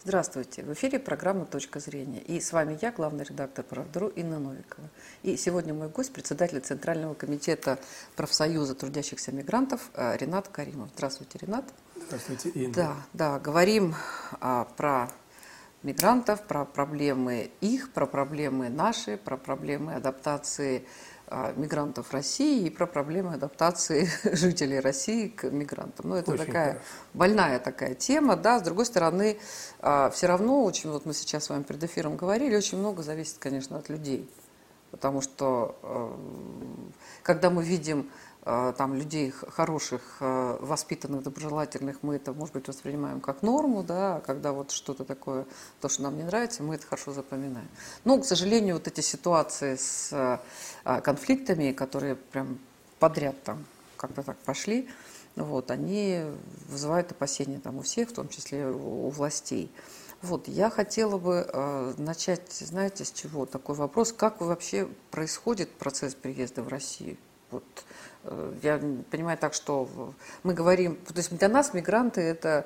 Здравствуйте! В эфире программа «Точка зрения». И с вами я, главный редактор «Правда.ру» Инна Новикова. И сегодня мой гость, председатель Центрального комитета профсоюза трудящихся мигрантов Ринат Каримов. Здравствуйте, Ринат. Здравствуйте, Инна. Да, говорим про мигрантов, про проблемы их, про проблемы наши, про проблемы адаптации мигрантов России и про проблемы адаптации жителей России к мигрантам. Ну, это очень такая хорошо. Больная такая тема, да. С другой стороны, все равно очень, вот мы сейчас с вами перед эфиром говорили, очень много зависит, конечно, от людей. Потому что когда мы видим там людей хороших, воспитанных, доброжелательных, мы это, может быть, воспринимаем как норму, да, а когда вот что-то такое, то, что нам не нравится, мы это хорошо запоминаем. Но, к сожалению, вот эти ситуации с конфликтами, которые прям подряд там как-то так пошли, вот, они вызывают опасения там у всех, в том числе у властей. Вот, я хотела бы начать, знаете, с чего? Такой вопрос, как вообще происходит процесс приезда в Россию? Вот, я понимаю так, что мы говорим, то есть для нас мигранты это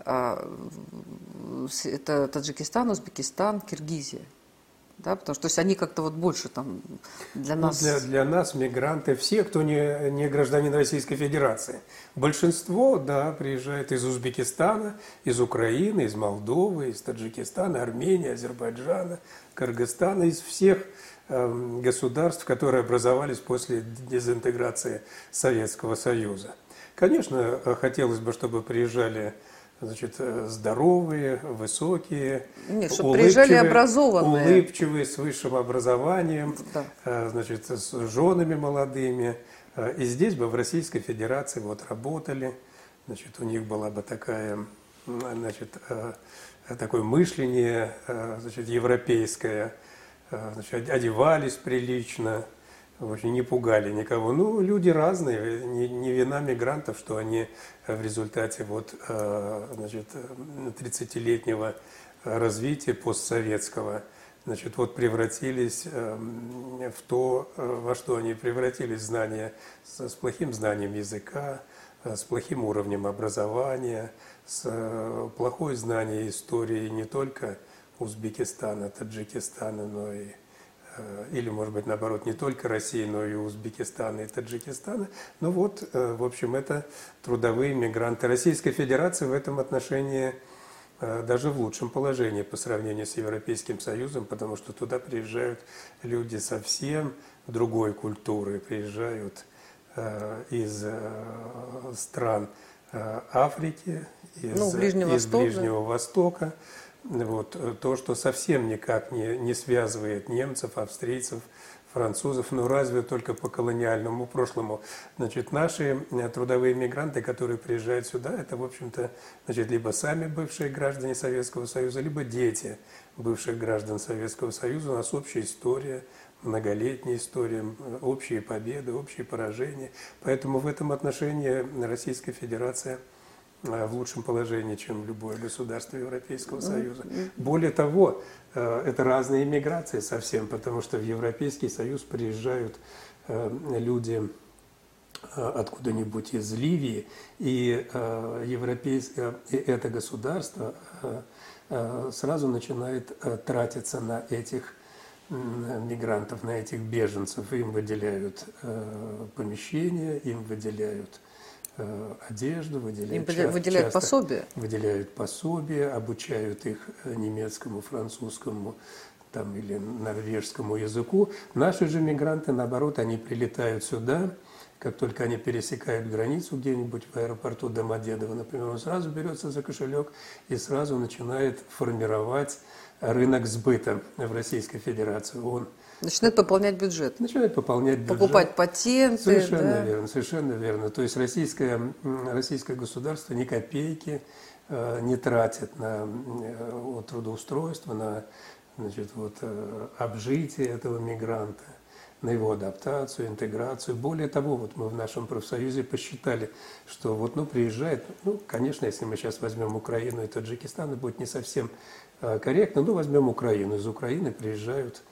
Таджикистан, Узбекистан, Киргизия. Да, потому что то есть они как-то вот больше там для нас... Для нас мигранты все, кто не гражданин Российской Федерации. Большинство, да, приезжает из Узбекистана, из Украины, из Молдовы, из Таджикистана, Армении, Азербайджана, Кыргызстана, из всех государств, которые образовались после дезинтеграции Советского Союза. Конечно, хотелось бы, чтобы приезжали, значит, здоровые, высокие, улыбчивые, с высшим образованием, да. Значит, с женами молодыми. И здесь бы в Российской Федерации вот работали, значит, у них была бы такая, значит, такое мышление, значит, европейское. Значит, одевались прилично, в общем, не пугали никого. Ну, люди разные, не вина мигрантов, что они в результате вот, значит, 30-летнего развития постсоветского, значит, вот превратились в то, во что они превратились, знания с плохим знанием языка, с плохим уровнем образования, с плохой знанием истории не только Узбекистана, Таджикистана, но и, или, может быть, наоборот, не только России, но и Узбекистана и Таджикистана. Ну вот, в общем, это трудовые мигранты. Российская Федерация в этом отношении даже в лучшем положении по сравнению с Европейским Союзом, потому что туда приезжают люди совсем другой культуры, приезжают из стран Африки, из Ближнего Востока. Вот, то, что совсем никак не связывает немцев, австрийцев, французов, но разве только по колониальному прошлому. Значит, наши трудовые мигранты, которые приезжают сюда, это, в общем-то, значит, либо сами бывшие граждане Советского Союза, либо дети бывших граждан Советского Союза. У нас общая история, многолетняя история, общие победы, общие поражения. Поэтому в этом отношении Российская Федерация в лучшем положении, чем любое государство Европейского Союза. Более того, это разные миграции совсем, потому что в Европейский Союз приезжают люди откуда-нибудь из Ливии, и это государство сразу начинает тратиться на этих мигрантов, на этих беженцев. Им выделяют помещения, им выделяют одежду, выделяют пособия. Выделяют пособия, обучают их немецкому, французскому там, или норвежскому языку. Наши же мигранты, наоборот, они прилетают сюда, как только они пересекают границу где-нибудь в аэропорту Домодедово, например, он сразу берется за кошелек и сразу начинает формировать рынок сбыта в Российской Федерации. Он начинает пополнять бюджет. Начинает пополнять бюджет. Покупать патенты. Совершенно верно, совершенно верно. То есть российское государство ни копейки не тратит на трудоустройство, на, значит, вот, обжитие этого мигранта, на его адаптацию, интеграцию. Более того, вот мы в нашем профсоюзе посчитали, что вот, приезжает, конечно, если мы сейчас возьмем Украину и Таджикистан, будет не совсем корректно, но возьмем Украину. Из Украины приезжают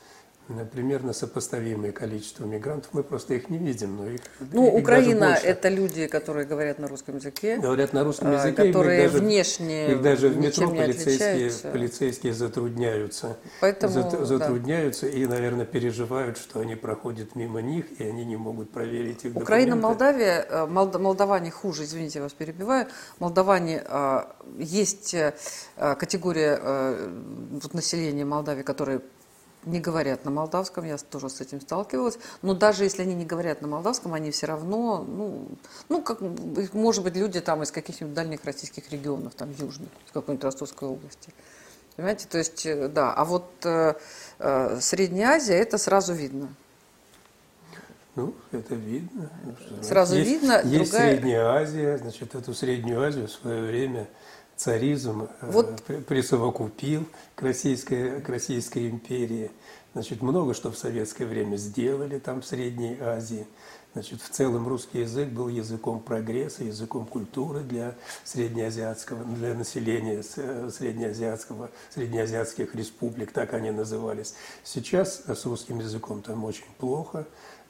примерно сопоставимое количество мигрантов. Мы просто их не видим, но их Ну, их Украина – даже это люди, которые говорят на русском языке. Говорят на русском языке, которые их даже, внешне их даже в метро ничем не отличаются. полицейские затрудняются. Поэтому, затрудняются и, наверное, переживают, что они проходят мимо них, и они не могут проверить их Украина, документы. Молдавия, молдаване хуже, извините, я вас перебиваю. Молдаване, есть категория населения Молдавии, которые не говорят на молдавском, я тоже с этим сталкивалась, но даже если они не говорят на молдавском, они все равно, может быть, люди там из каких-нибудь дальних российских регионов, там южных, из какой-нибудь Ростовской области. Понимаете, то есть, да, а вот Средняя Азия, это сразу видно. Ну, это видно. Сразу видно. Есть Средняя Азия, значит, эту Среднюю Азию в свое время царизм присовокупил к Российской империи. Значит, много что в советское время сделали там в Средней Азии. Значит, в целом русский язык был языком прогресса, языком культуры для для населения среднеазиатских республик, так они назывались. Сейчас с русским языком там очень плохо,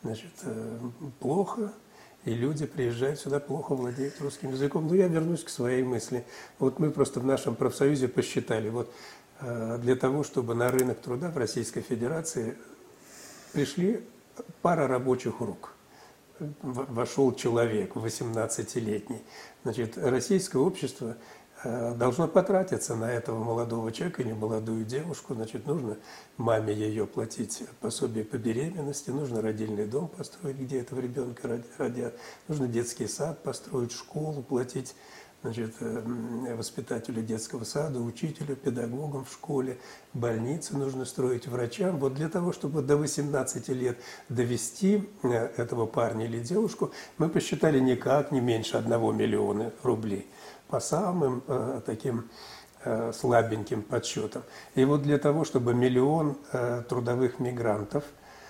и люди приезжают сюда, плохо владеют русским языком. Но я вернусь к своей мысли. Вот мы просто в нашем профсоюзе посчитали, вот для того, чтобы на рынок труда в Российской Федерации пришли пара рабочих рук. Вошел человек 18-летний. Значит, российское общество должно потратиться на этого молодого человека или молодую девушку. Значит, нужно маме ее платить пособие по беременности, нужно родильный дом построить, где этого ребенка родят, нужно детский сад построить, школу платить, значит, воспитателю детского сада, учителю, педагогам в школе, больницы нужно строить, врачам. Вот для того, чтобы до 18 лет довести этого парня или девушку, мы посчитали никак не меньше 1 миллиона рублей. По самым таким слабеньким подсчетам. И вот для того, чтобы 1 миллион трудовых мигрантов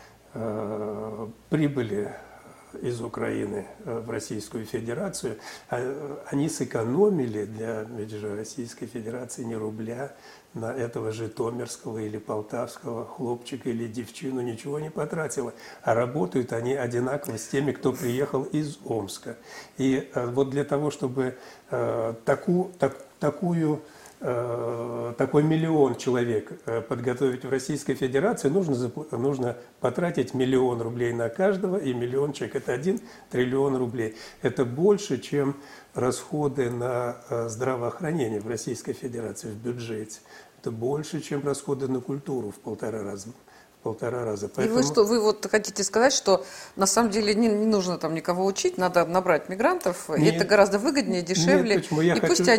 прибыли из Украины в Российскую Федерацию, они сэкономили для Российской Федерации ни рубля на этого житомирского или полтавского хлопчика или девчину, ничего не потратила. А работают они одинаково с теми, кто приехал из Омска. И вот для того, чтобы такой 1 миллион человек подготовить в Российской Федерации, нужно потратить 1 миллион рублей на каждого, и 1 миллион человек – это 1 триллион рублей. Это больше, чем расходы на здравоохранение в Российской Федерации в бюджете. Это больше, чем расходы на культуру в 1,5 раза. Поэтому... И вы вот хотите сказать, что на самом деле не нужно там никого учить, надо набрать мигрантов, и это гораздо выгоднее, дешевле. Нет, почему? Я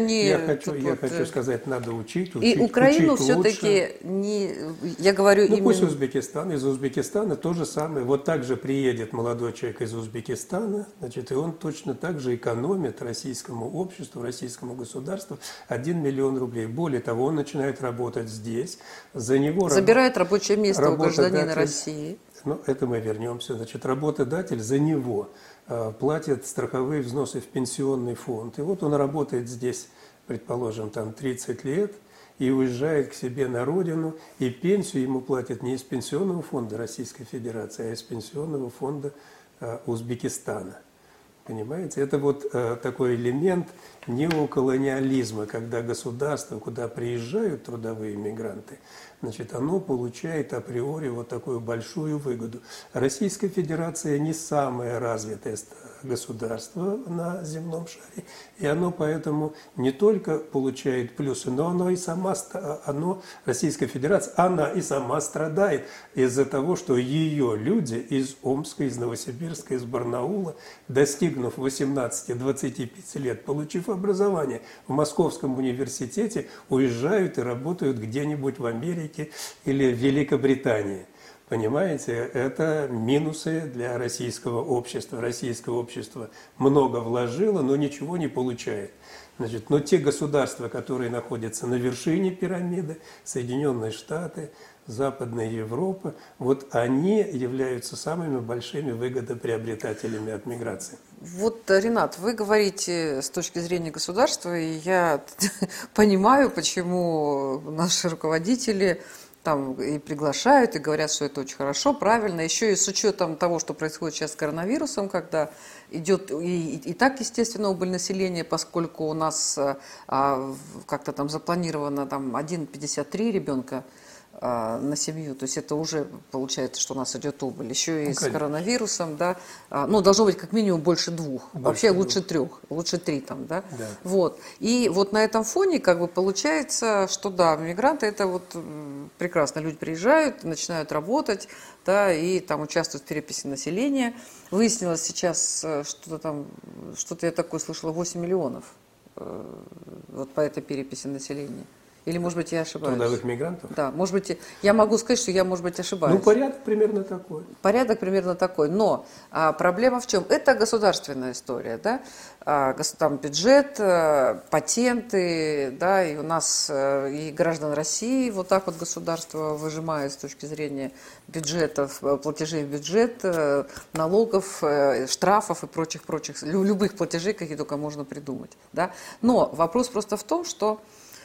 хочу сказать, надо учить. И Украину все-таки не... Я говорю именно... Пусть Узбекистан, из Узбекистана то же самое. Вот так же приедет молодой человек из Узбекистана, значит, и он точно так же экономит российскому обществу, российскому государству 1 миллион рублей. Более того, он начинает работать здесь, за него... Забирает рабочее место у гражданина России. Ну, это мы вернемся. Значит, работодатель за него платит страховые взносы в пенсионный фонд. И вот он работает здесь, предположим, там 30 лет, и уезжает к себе на родину, и пенсию ему платят не из пенсионного фонда Российской Федерации, а из пенсионного фонда Узбекистана. Понимаете? Это вот такой элемент неоколониализма, когда государство, куда приезжают трудовые мигранты, значит, оно получает априори вот такую большую выгоду. Российская Федерация не самое развитое государство на земном шаре, и оно поэтому не только получает плюсы, но оно и сама, Российская Федерация, она и сама страдает из-за того, что ее люди из Омска, из Новосибирска, из Барнаула, достигнув 18-25 лет, получив образование в Московском университете, уезжают и работают где-нибудь в Америке или в Великобритании. Понимаете, это минусы для российского общества. Российское общество много вложило, но ничего не получает. Значит, но те государства, которые находятся на вершине пирамиды, Соединенные Штаты, Западная Европа, вот они являются самыми большими выгодоприобретателями от миграции. Вот, Ренат, вы говорите с точки зрения государства, и я понимаю, почему наши руководители там и приглашают, и говорят, что это очень хорошо, правильно. Еще и с учетом того, что происходит сейчас с коронавирусом, когда идет и так, естественно, убыль населения, поскольку у нас как-то там запланировано там 1,53 ребенка на семью, то есть это уже получается, что у нас идет убыль. Еще и с коронавирусом, да, ну, должно быть как минимум больше 2, вообще лучше 3, лучше 3 там, да. Вот. И вот на этом фоне как бы получается, что да, мигранты это вот прекрасно, люди приезжают, начинают работать, да, и там участвуют в переписи населения. Выяснилось сейчас что-то там, что-то я такое слышала, 8 миллионов вот по этой переписи населения. Или, может быть, я ошибаюсь? Трудовых мигрантов? Да, может быть, я могу сказать, что я, может быть, ошибаюсь. Ну, порядок примерно такой. Порядок примерно такой, но проблема в чем? Это государственная история, да? Там бюджет, патенты, да, и у нас и граждан России вот так вот государство выжимает с точки зрения бюджетов, платежей в бюджет, налогов, штрафов и прочих, любых платежей, какие только можно придумать, да? Но вопрос просто в том, что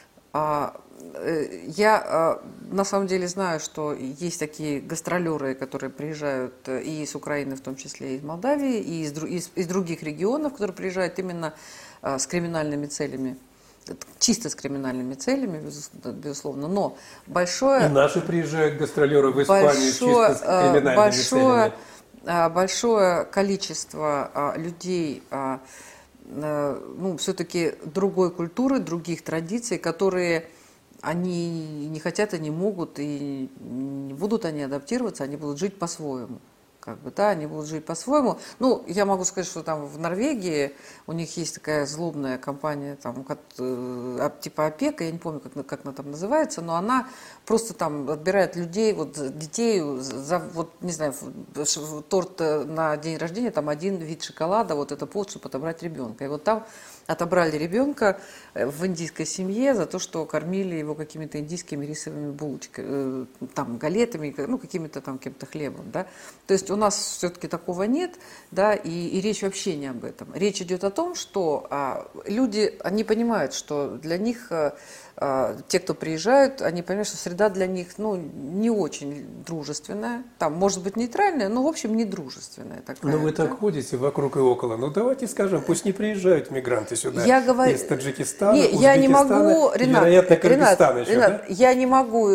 я на самом деле знаю, что есть такие гастролеры, которые приезжают и из Украины, в том числе и из Молдавии, и из других регионов, которые приезжают именно с криминальными целями, чисто с криминальными целями, безусловно, но большое... И наши приезжают гастролеры в Испанию чисто с криминальными целями. Большое количество людей... ну, все-таки другой культуры, других традиций, которые они не хотят и не могут, и не будут они адаптироваться, они будут жить по-своему. Как бы, да, они будут жить по-своему. Ну, я могу сказать, что там в Норвегии у них есть такая злобная компания, там, типа ОПЕКа, я не помню, как она там называется, но она просто там отбирает людей, вот детей, за, вот, не знаю, торт на день рождения, там один вид шоколада, вот это повод, чтобы отобрать ребенка. И вот там отобрали ребенка в индийской семье за то, что кормили его какими-то индийскими рисовыми булочками, там, галетами, ну, какими-то там каким-то хлебом, да. То есть у нас все-таки такого нет, да, и речь вообще не об этом. Речь идет о том, что люди, они понимают, что для них, те, кто приезжают, они понимают, что среда для них, ну, не очень дружественная, там, может быть, нейтральная, но, в общем, не дружественная такая. Ну, вы так ходите вокруг и около. Ну, давайте скажем, пусть не приезжают мигранты сюда я говорю... из Таджикистана, не, Узбекистана, я не могу, вероятно, Кыргызстана еще, Ренат, да? я не могу,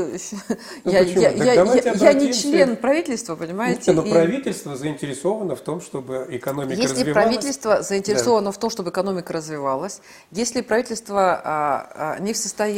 я не член правительства, понимаете? Но правительство заинтересовано в том, чтобы экономика развивалась. Если правительство заинтересовано в том, чтобы экономика развивалась, если правительство не в состоянии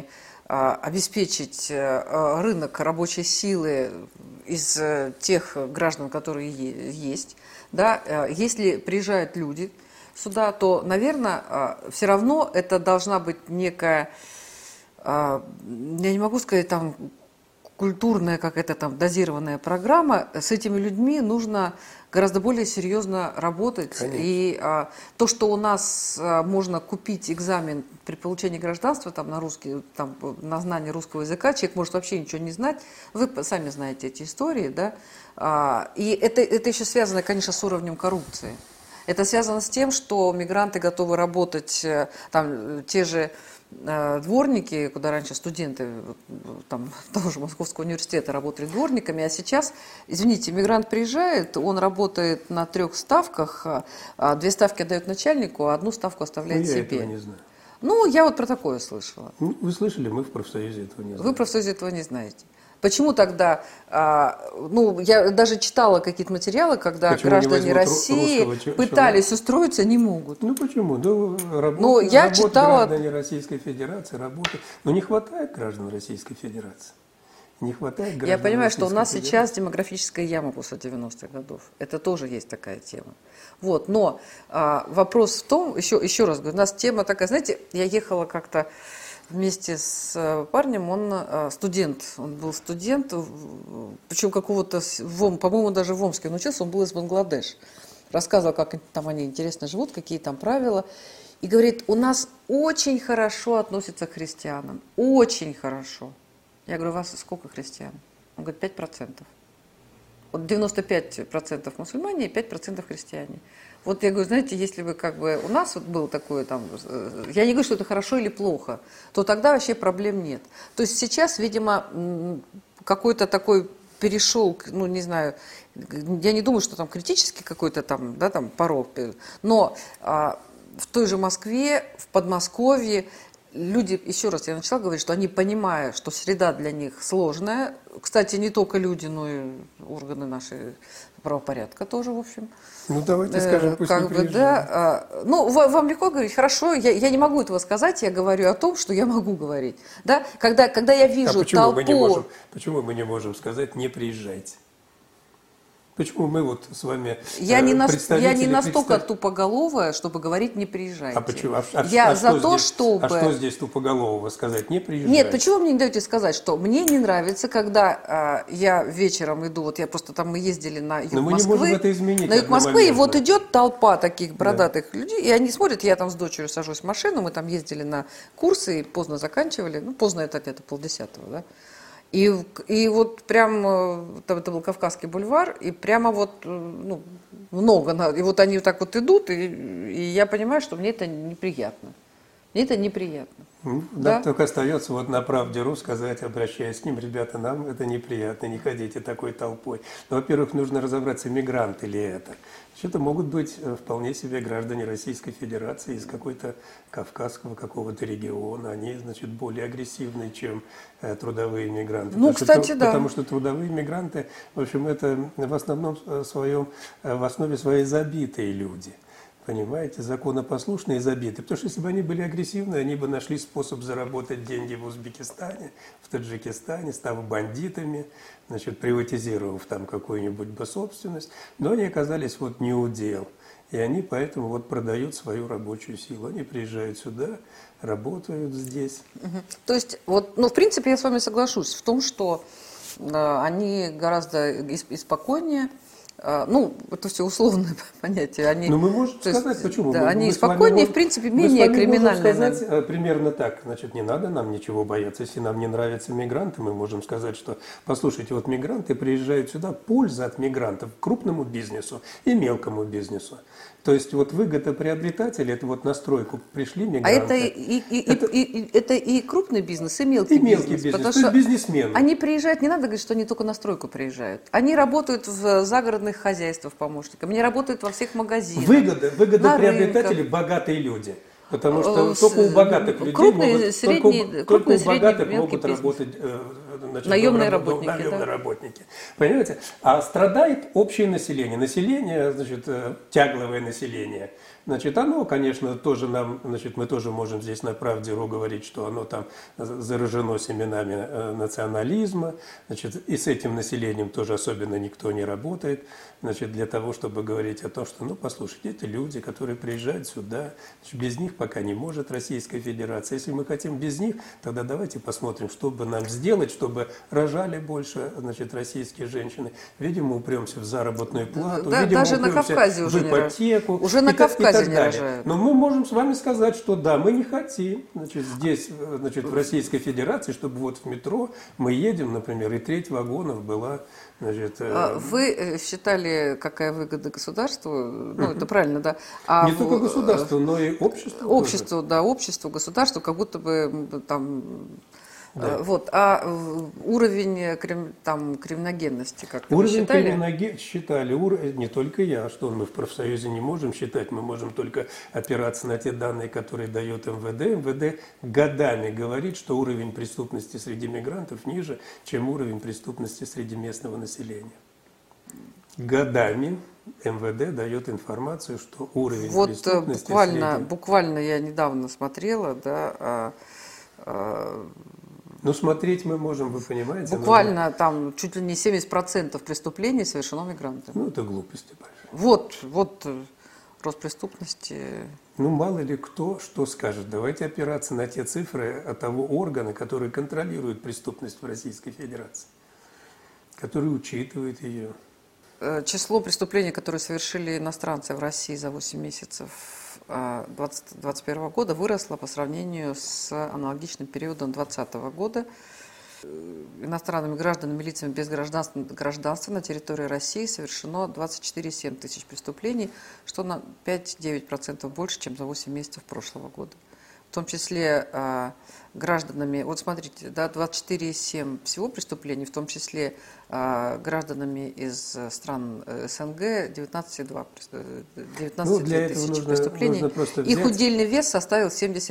обеспечить рынок рабочей силы из тех граждан, которые есть, да, если приезжают люди сюда, то, наверное, все равно это должна быть некая, я не могу сказать, там, культурная какая-то там дозированная программа. С этими людьми нужно гораздо более серьезно работать. Конечно. И то, что у нас можно купить экзамен при получении гражданства там, на русский, там, на знание русского языка, человек может вообще ничего не знать. Вы сами знаете эти истории, да? И это еще связано, конечно, с уровнем коррупции. Это связано с тем, что мигранты готовы работать, там, те же дворники, куда раньше студенты там, того же Московского университета работали дворниками, а сейчас, извините, мигрант приезжает, он работает на 3 ставках, 2 ставки отдает начальнику, а 1 ставку оставляет себе. Я этого не знаю. Ну, я вот про такое слышала. Ну, вы слышали, мы в профсоюзе этого не знаем. Вы в профсоюзе этого не знаете. Почему тогда, ну, я даже читала какие-то материалы, когда почему граждане России пытались устроиться, не могут. Ну, почему? Ну, я читала... Граждане Российской Федерации работают. Но не хватает граждан Российской Федерации. Не хватает граждан. Я понимаю, что у нас Федерации. сейчас демографическая яма после 90-х годов. Это тоже есть такая тема. Вот, но вопрос в том, еще раз говорю, у нас тема такая, знаете, я ехала как-то вместе с парнем, он студент, он был студент, причем какого-то, по-моему, даже в Омске он учился, он был из Бангладеш. Рассказывал, как там они интересно живут, какие там правила. И говорит, у нас очень хорошо относятся к христианам, очень хорошо. Я говорю, у вас сколько христиан? Он говорит, 5%. Вот 95% мусульмане и 5% христиане. Вот я говорю, знаете, если бы как бы у нас вот было такое там, я не говорю, что это хорошо или плохо, то тогда вообще проблем нет. То есть сейчас, видимо, какой-то такой перешел, ну не знаю, я не думаю, что там критический какой-то там, да, там порог, но в той же Москве, в Подмосковье люди, еще раз я начала говорить, что они, понимая, что среда для них сложная, кстати, не только люди, но и органы нашей правопорядка тоже, в общем. Ну, давайте скажем, пусть как не бы, да, ну, вам легко говорить, хорошо, я не могу этого сказать, я говорю о том, что я могу говорить. Да? Когда я вижу толпу... Почему мы не можем сказать «не приезжайте»? Почему мы вот с вами я не настолько тупоголовая, чтобы говорить «не приезжайте». А почему? Я за то, чтобы... А что здесь тупоголового сказать «не приезжайте»? Нет, почему вы мне не даете сказать, что мне не нравится, когда я вечером иду, вот я просто там, мы ездили на юг Москвы. Но мы не можем это изменить. На юг Москвы, и вот идет толпа таких бородатых людей, и они смотрят, я там с дочерью сажусь в машину, мы там ездили на курсы, и поздно заканчивали, ну, поздно это где-то 9:30, да. И вот прям, там это был Кавказский бульвар, и прямо вот, ну, много, и вот они вот так вот идут, и я понимаю, что мне это неприятно. Мне это неприятно. Да, только остается вот на «Правде.ру» сказать, обращаясь к ним, ребята, нам это неприятно, не ходите такой толпой. Но, во-первых, нужно разобраться, мигранты ли это. Это могут быть вполне себе граждане Российской Федерации из какой-то кавказского какого-то региона. Они, значит, более агрессивные, чем трудовые мигранты. Ну, кстати, да. Потому что трудовые мигранты, в общем, это в основном своем, в основе своей забитые люди. Понимаете, законопослушные и забитые. Потому что если бы они были агрессивны, они бы нашли способ заработать деньги в Узбекистане, в Таджикистане, став бандитами, значит, приватизировав там какую-нибудь бы собственность. Но они оказались вот не у дел. И они поэтому вот продают свою рабочую силу. Они приезжают сюда, работают здесь. То есть, вот, ну, в принципе, я с вами соглашусь в том, что они гораздо и спокойнее. Ну, это все условное понятие. Они, но мы можем сказать, почему. Да, они спокойнее, в принципе, менее криминальные. Мы можем сказать примерно так. Значит, не надо нам ничего бояться. Если нам не нравятся мигранты, мы можем сказать, что, послушайте, вот мигранты приезжают сюда, польза от мигрантов крупному бизнесу и мелкому бизнесу. То есть вот выгодоприобретатели, это вот на стройку пришли мигранты. А это и крупный бизнес, и мелкий бизнес. Потому что бизнесмены. Они приезжают, не надо говорить, что они только на стройку приезжают. Они работают в загородных хозяйствах помощниками, они работают во всех магазинах. Выгодоприобретатели – богатые люди. Потому что только у богатых людей могут работать наемные работники. Понимаете? А страдает общее население, значит, тягловое население. Значит, оно, конечно, тоже нам, значит, мы тоже можем здесь на «Правде.ру» говорить, что оно там заражено семенами национализма, значит, и с этим населением тоже особенно никто не работает, значит, для того, чтобы говорить о том, что, ну, послушайте, это люди, которые приезжают сюда, значит, без них пока не может Российская Федерация. Если мы хотим без них, тогда давайте посмотрим, что бы нам сделать, чтобы рожали больше, значит, российские женщины. Видимо, упремся в заработную плату, да, видимо, даже на Кавказе в ипотеку. Уже на Кавказе не рожают. Но мы можем с вами сказать, что да, мы не хотим, значит, здесь, значит, в Российской Федерации, чтобы вот в метро мы едем, например, и треть вагонов была, значит... Вы считали, какая выгода государству? Ну, это правильно, да? Не только государству, но и обществу. Обществу, да, обществу, государству, как будто бы там... Да. Вот, а уровень там, криминогенности, как вы считали? Уровень криминогенности считали, не только я, что мы в профсоюзе не можем считать, мы можем только опираться на те данные, которые дает МВД. МВД годами говорит, что уровень преступности среди мигрантов ниже, чем уровень преступности среди местного населения. Годами МВД дает информацию, что уровень преступности буквально я недавно смотрела, да, ну, смотреть мы можем, вы понимаете. Буквально там чуть ли не 70% преступлений совершено мигрантами. Ну, это глупости большие. Вот рост преступности. Ну, мало ли кто что скажет. Давайте опираться на те цифры от того органа, который контролирует преступность в Российской Федерации, который учитывает ее. Число преступлений, которые совершили иностранцы в России за 8 месяцев 2021 года, выросло по сравнению с аналогичным периодом 2020 года. иностранными гражданами, лицами без гражданства на территории России совершено 24,7 тысяч преступлений, что на 5-9% больше, чем за 8 месяцев прошлого года. В том числе гражданами, вот смотрите, да, 24,7 всего преступлений, в том числе гражданами из стран СНГ 19,2 тысяч преступлений. Их удельный вес составил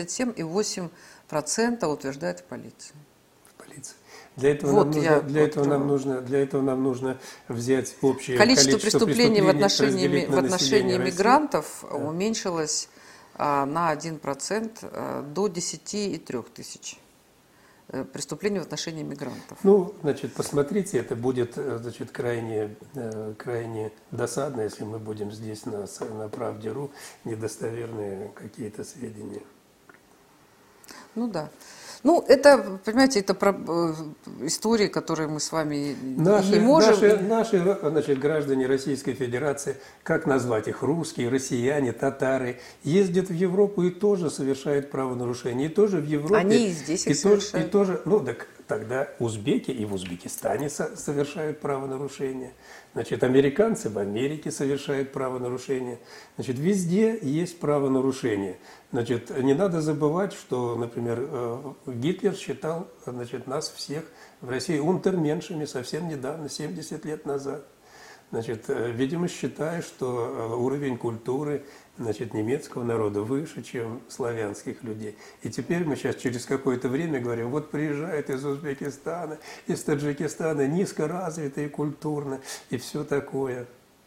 77,8%, утверждает полиция. Для этого, нам нужно взять общее количество преступлений в отношении мигрантов уменьшилось на 1% до 10,3 тысяч преступлений в отношении мигрантов. Ну, значит, посмотрите, это будет, значит, крайне досадно, если мы будем здесь на Правде.ру недостоверные какие-то сведения. Ну да. Ну, это, понимаете, это истории, которые мы с вами не можем... Наши, значит, граждане Российской Федерации, как назвать их, русские, россияне, татары, ездят в Европу и тоже совершают правонарушения. И тоже в Европе... Они и здесь их совершают. И тоже, ну, так тогда узбеки и в Узбекистане совершают правонарушения. Значит, американцы в Америке совершают правонарушения. Значит, везде есть правонарушения. Значит, не надо забывать, что, например, Гитлер считал, значит, нас всех в России унтерменшами совсем недавно, 70 лет назад. Значит, видимо, считая, что уровень культуры, значит, немецкого народа выше, чем славянских людей. И теперь мы сейчас через какое-то время говорим, вот приезжают из Узбекистана, из Таджикистана, низкоразвитые культурно и все такое.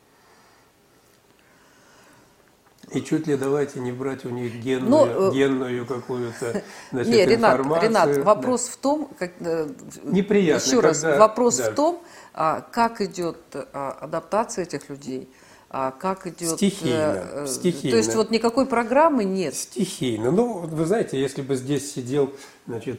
И чуть ли давайте не брать у них генную какую-то, значит, нет, информацию. Ренат, вопрос в том, неприятно, еще раз, вопрос в том, как идет адаптация этих людей, как идет... Стихийно. То есть вот никакой программы нет. Стихийно. Ну, вы знаете, если бы здесь сидел, значит,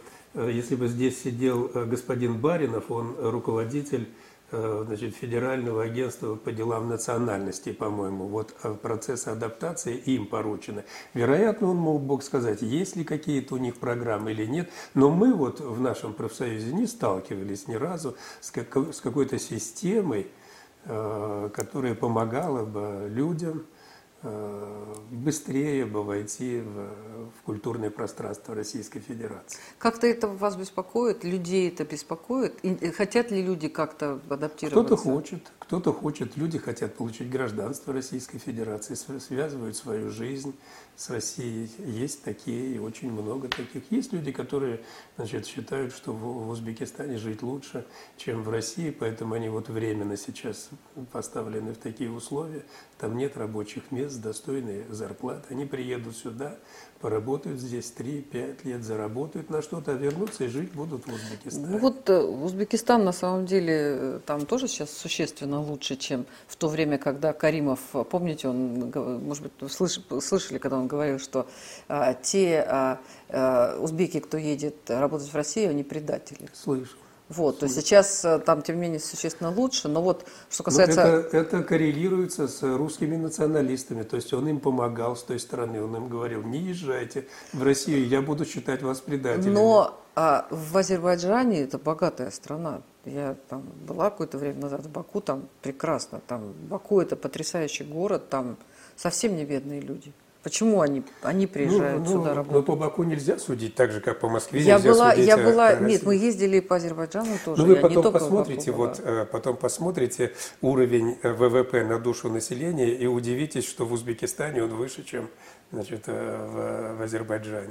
господин Баринов, он руководитель, значит, Федерального агентства по делам национальностей, по-моему, вот процесс адаптации им поручено. Вероятно, он мог сказать, есть ли какие-то у них программы или нет, но мы вот в нашем профсоюзе не сталкивались ни разу с какой-то системой, которая помогала бы людям быстрее бы войти в культурное пространство Российской Федерации. Как-то это вас беспокоит? Людей это беспокоит? И хотят ли люди как-то адаптироваться? Кто-то хочет. Люди хотят получить гражданство Российской Федерации, связывают свою жизнь с Россией. Есть такие, очень много таких. Есть люди, которые, значит, считают, что в Узбекистане жить лучше, чем в России, поэтому они вот временно сейчас поставлены в такие условия. Там нет рабочих мест, достойные зарплаты. Они приедут сюда, поработают здесь 3-5 лет, заработают на что-то, а вернутся и жить будут в Узбекистане. Вот Узбекистан на самом деле там тоже сейчас существенно лучше, чем в то время, когда Каримов, помните, он, может быть, слышали, когда он говорил, что те узбеки, кто едет работать в Россию, они предатели. Слышу. Вот, то есть сейчас там, тем не менее, существенно лучше, но вот что касается... Это коррелируется с русскими националистами, то есть он им помогал с той стороны, он им говорил, не езжайте в Россию, я буду считать вас предателями. Но в Азербайджане это богатая страна. Я там была какое-то время назад в Баку, там прекрасно, там Баку это потрясающий город, там совсем не бедные люди. Почему они приезжают сюда работать? Но по Баку нельзя судить так же, как по Москве нельзя судить. Нет, мы ездили по Азербайджану тоже. Но вы потом посмотрите уровень ВВП на душу населения и удивитесь, что в Узбекистане он выше, чем, значит, в Азербайджане.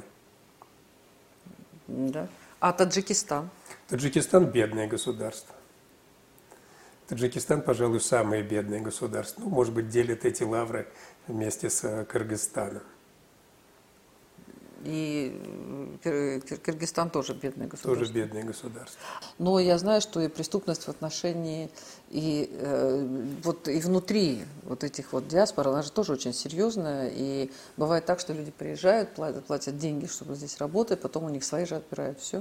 Да. А Таджикистан? Таджикистан – бедное государство. Таджикистан, пожалуй, самое бедное государство. Ну, может быть, делит эти лавры вместе с Кыргызстаном. И Кыргызстан тоже бедное государство. Тоже бедное государство. Но я знаю, что и преступность в отношении и внутри вот этих вот диаспор, она же тоже очень серьезная. И бывает так, что люди приезжают, платят деньги, чтобы здесь работать, потом у них свои же отбирают все.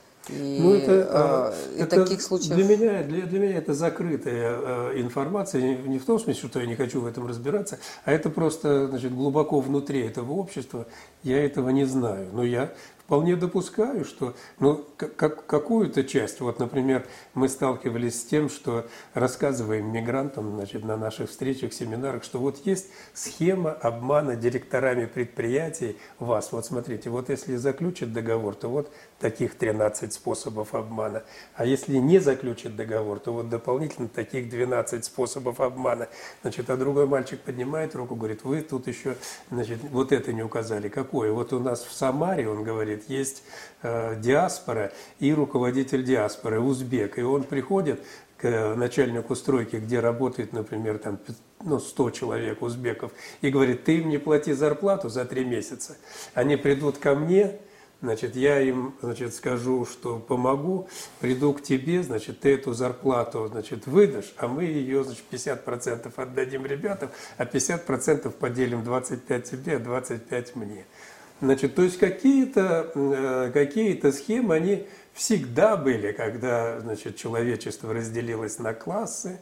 И таких случаев... Для меня это закрытая информация, не в том смысле, что я не хочу в этом разбираться, а это просто, значит, глубоко внутри этого общества, я этого не знаю. Но я вполне допускаю, что ну, какую-то часть, вот, например, мы сталкивались с тем, что рассказываем мигрантам, значит, на наших встречах, семинарах, что вот есть схема обмана директорами предприятий вас. Вот смотрите, вот если заключат договор, то вот таких 13 способов обмана. А если не заключит договор, то вот дополнительно таких 12 способов обмана. Значит, а другой мальчик поднимает руку, говорит, вы тут еще, значит, вот это не указали. Какое? Вот у нас в Самаре, он говорит, есть диаспора и руководитель диаспоры, узбек. И он приходит к начальнику стройки, где работает, например, там, 100 человек узбеков, и говорит, ты им не плати зарплату за 3 месяца. Они придут ко мне, значит, я им, значит, скажу, что помогу, приду к тебе, значит, ты эту зарплату, значит, выдашь, а мы ее, значит, 50% отдадим ребятам, а 50% поделим 25 тебе, а 25 мне. Значит, то есть какие-то схемы, они всегда были, когда, значит, человечество разделилось на классы,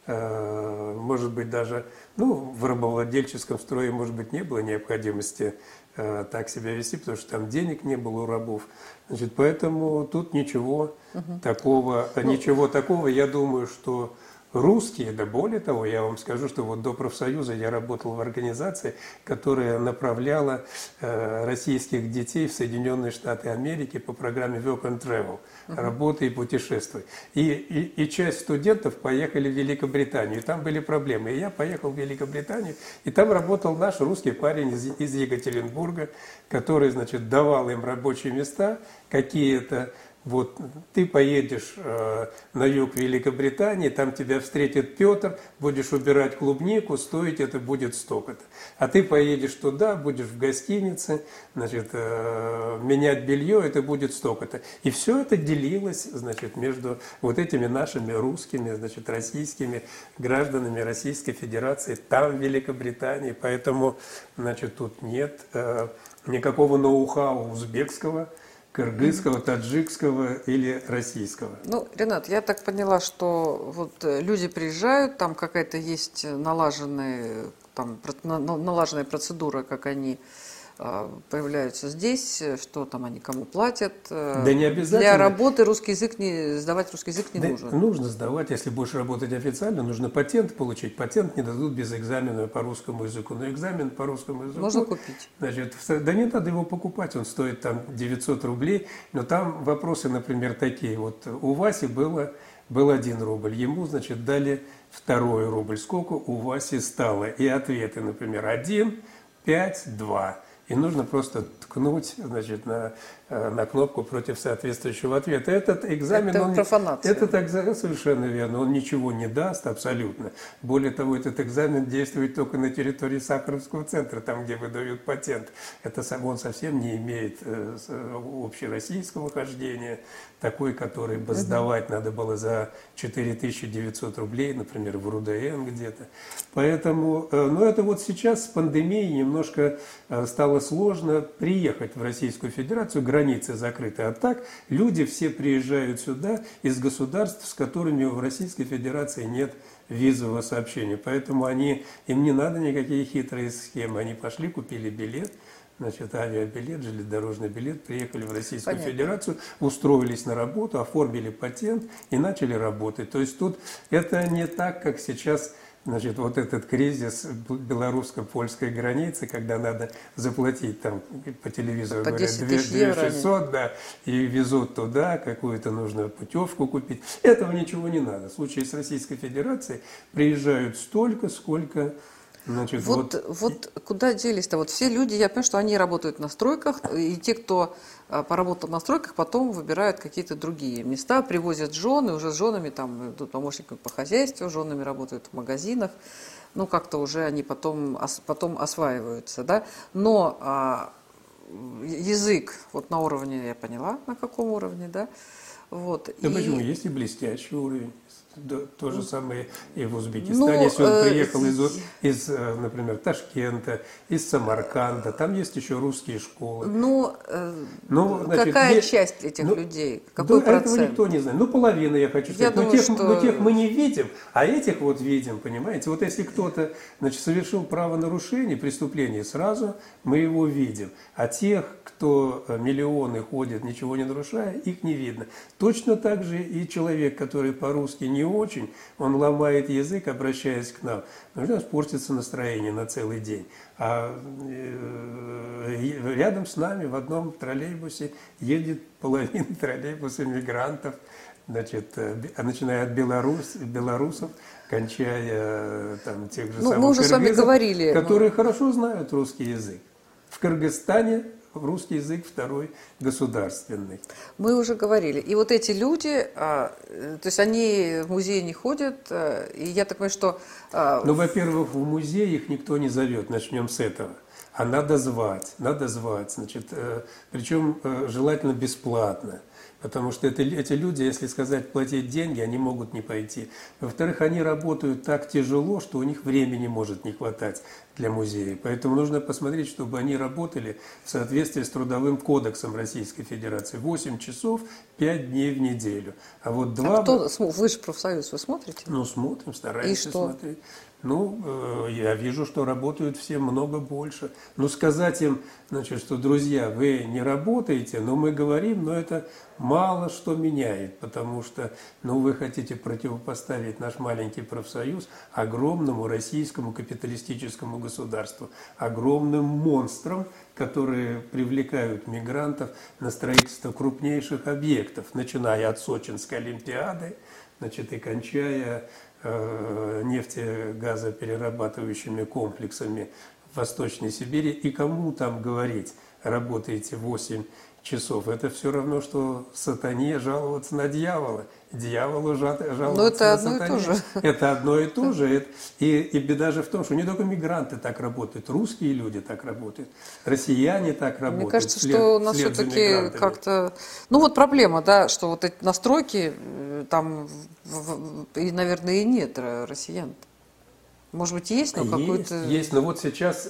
может быть, даже, в рабовладельческом строе, может быть, не было необходимости так себя вести, потому что там денег не было у рабов. Значит, поэтому тут ничего такого, я думаю, что русские, да более того, я вам скажу, что вот до профсоюза я работал в организации, которая направляла российских детей в Соединенные Штаты Америки по программе Work and Travel, работы и путешествуй. И часть студентов поехали в Великобританию, и там были проблемы. И я поехал в Великобританию, и там работал наш русский парень из Екатеринбурга, который, значит, давал им рабочие места какие-то. Вот ты поедешь на юг Великобритании, там тебя встретит Петр, будешь убирать клубнику, стоить это будет столько-то. А ты поедешь туда, будешь в гостинице, значит, менять белье, это будет столько-то. И все это делилось, значит, между вот этими нашими русскими, значит, российскими гражданами Российской Федерации, там в Великобритании. Поэтому, значит, тут нет никакого ноу-хау узбекского, кыргызского, таджикского или российского. Ну, Ренат, я так поняла, что вот люди приезжают, там какая-то есть налаженная процедура, как они появляются здесь, что там они кому платят. Да не обязательно. Для работы сдавать русский язык не нужно. Нужно сдавать, если будешь работать официально, нужно патент получить. Патент не дадут без экзамена по русскому языку. Но экзамен по русскому языку... Можно купить. Значит, да не надо его покупать, он стоит там 900 рублей. Но там вопросы, например, такие. Вот у Васи был 1 рубль, ему, значит, дали 2 рубль. Сколько у Васи стало? И ответы, например, 1, 5, 2. И нужно просто ткнуть, значит, на кнопку против соответствующего ответа. Этот экзамен... Это профанация. Этот экзамен, совершенно верно, он ничего не даст абсолютно. Более того, этот экзамен действует только на территории Сахаровского центра, там, где выдают патент. Он совсем не имеет общероссийского хождения, такой, который бы сдавать надо было за 4900 рублей, например, в РУДН где-то. Поэтому, это вот сейчас с пандемией немножко стало сложно приехать в Российскую Федерацию, границы закрыты. А так люди все приезжают сюда из государств, с которыми в Российской Федерации нет визового сообщения. Поэтому им не надо никакие хитрые схемы. Они пошли, купили билет, значит, авиабилет, железнодорожный билет, приехали в Российскую Федерацию, устроились на работу, оформили патент и начали работать. То есть тут это не так, как сейчас... Значит, вот этот кризис белорусско-польской границы, когда надо заплатить там по телевизору, по говорят, 2600, да, и везут туда, какую-то нужно путевку купить. Этого ничего не надо. В случае с Российской Федерацией приезжают столько, сколько... Значит, вот куда делись-то? Вот все люди, я понимаю, что они работают на стройках, и те, кто поработал на стройках, потом выбирают какие-то другие места, привозят жен, и уже с женами там идут помощниками по хозяйству, женами работают в магазинах, как-то уже они потом осваиваются, да? Но язык вот на уровне, я поняла, на каком уровне, да? Вот. Да почему? Есть и блестящий уровень. То же самое и в Узбекистане. Если он приехал из, например, Ташкента, из Самарканда, там есть еще русские школы. Значит, какая часть этих людей? Какой процент? Этого никто не знает. Половина, я хочу сказать. Тех мы не видим, а этих вот видим, понимаете? Вот если кто-то, значит, совершил правонарушение, преступление, сразу мы его видим. А тех, кто миллионы ходит, ничего не нарушая, их не видно. Точно так же и человек, который по-русски не очень, он ломает язык, обращаясь к нам. Но у нас портится настроение на целый день. А рядом с нами в одном троллейбусе едет половина троллейбуса мигрантов, значит, начиная от белорусов, кончая там тех же самых мы уже с вами говорили, которые хорошо знают русский язык. В Кыргызстане русский язык второй государственный. Мы уже говорили. И вот эти люди, то есть они в музей не ходят, и я так понимаю, что... во-первых, в музей их никто не зовет, начнем с этого. А надо звать, значит, причем желательно бесплатно. Потому что эти люди, если сказать платить деньги, они могут не пойти. Во-вторых, они работают так тяжело, что у них времени может не хватать для музея. Поэтому нужно посмотреть, чтобы они работали в соответствии с Трудовым кодексом Российской Федерации. 8 часов, 5 дней в неделю. А вот 2... Вы же профсоюз, вы смотрите? Смотрим, стараемся смотреть. Я вижу, что работают все много больше. Сказать им, значит, что, друзья, вы не работаете, но мы говорим, но это мало что меняет, потому что, вы хотите противопоставить наш маленький профсоюз огромному российскому капиталистическому государству, огромным монстрам, которые привлекают мигрантов на строительство крупнейших объектов, начиная от Сочинской Олимпиады, значит, и кончая нефтегазоперерабатывающими комплексами в Восточной Сибири. И кому там говорить, работаете 8 часов? Это все равно, что сатане жаловаться на дьявола. Дьяволу жаловаться на сатане. Это одно и то же. И беда же в том, что не только мигранты так работают, русские люди так работают, россияне так работают. Мне кажется, что у нас все-таки как-то... проблема, да, что вот эти настройки, там, и, наверное, и нет россиян. Может быть, есть, но какой-то... Есть, но вот сейчас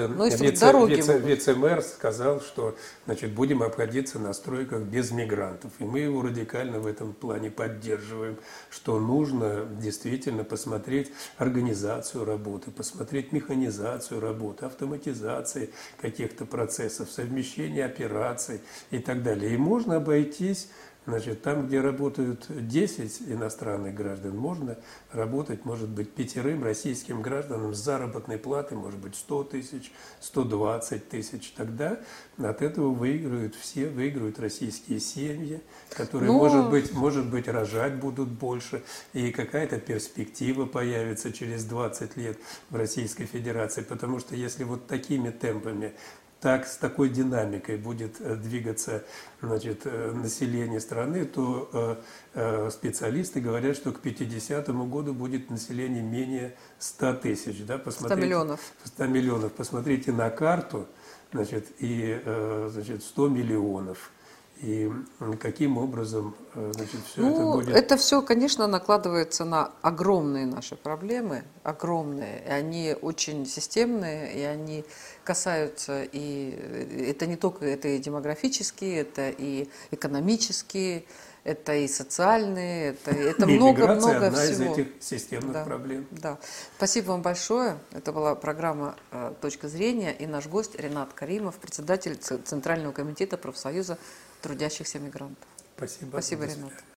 вице-мэр сказал, что, значит, будем обходиться на стройках без мигрантов. И мы его радикально в этом плане поддерживаем, что нужно действительно посмотреть организацию работы, посмотреть механизацию работы, автоматизации каких-то процессов, совмещение операций и так далее. И можно обойтись... Значит, там, где работают 10 иностранных граждан, можно работать, может быть, 5 российским гражданам с заработной платой, может быть, 100 тысяч, 120 тысяч. Тогда от этого выиграют все, выиграют российские семьи, которые, может быть, рожать будут больше, и какая-то перспектива появится через 20 лет в Российской Федерации. Потому что если вот такими темпами, с такой динамикой будет двигаться, значит, население страны, то специалисты говорят, что к 50-му году будет население менее 100 тысяч. Да? 100 миллионов. 100 миллионов. Посмотрите на карту, значит, и 100 миллионов. И каким образом, значит, все это будет... Это все, конечно, накладывается на огромные наши проблемы, огромные, и они очень системные, и они касаются, и это не только, это и демографические, это и экономические, это и социальные, это много-много одна всего. из этих системных проблем. Да. Спасибо вам большое. Это была программа «Точка зрения», и наш гость Ренат Каримов, председатель Центрального комитета профсоюза трудящихся мигрантов. Спасибо. Спасибо, Ренат.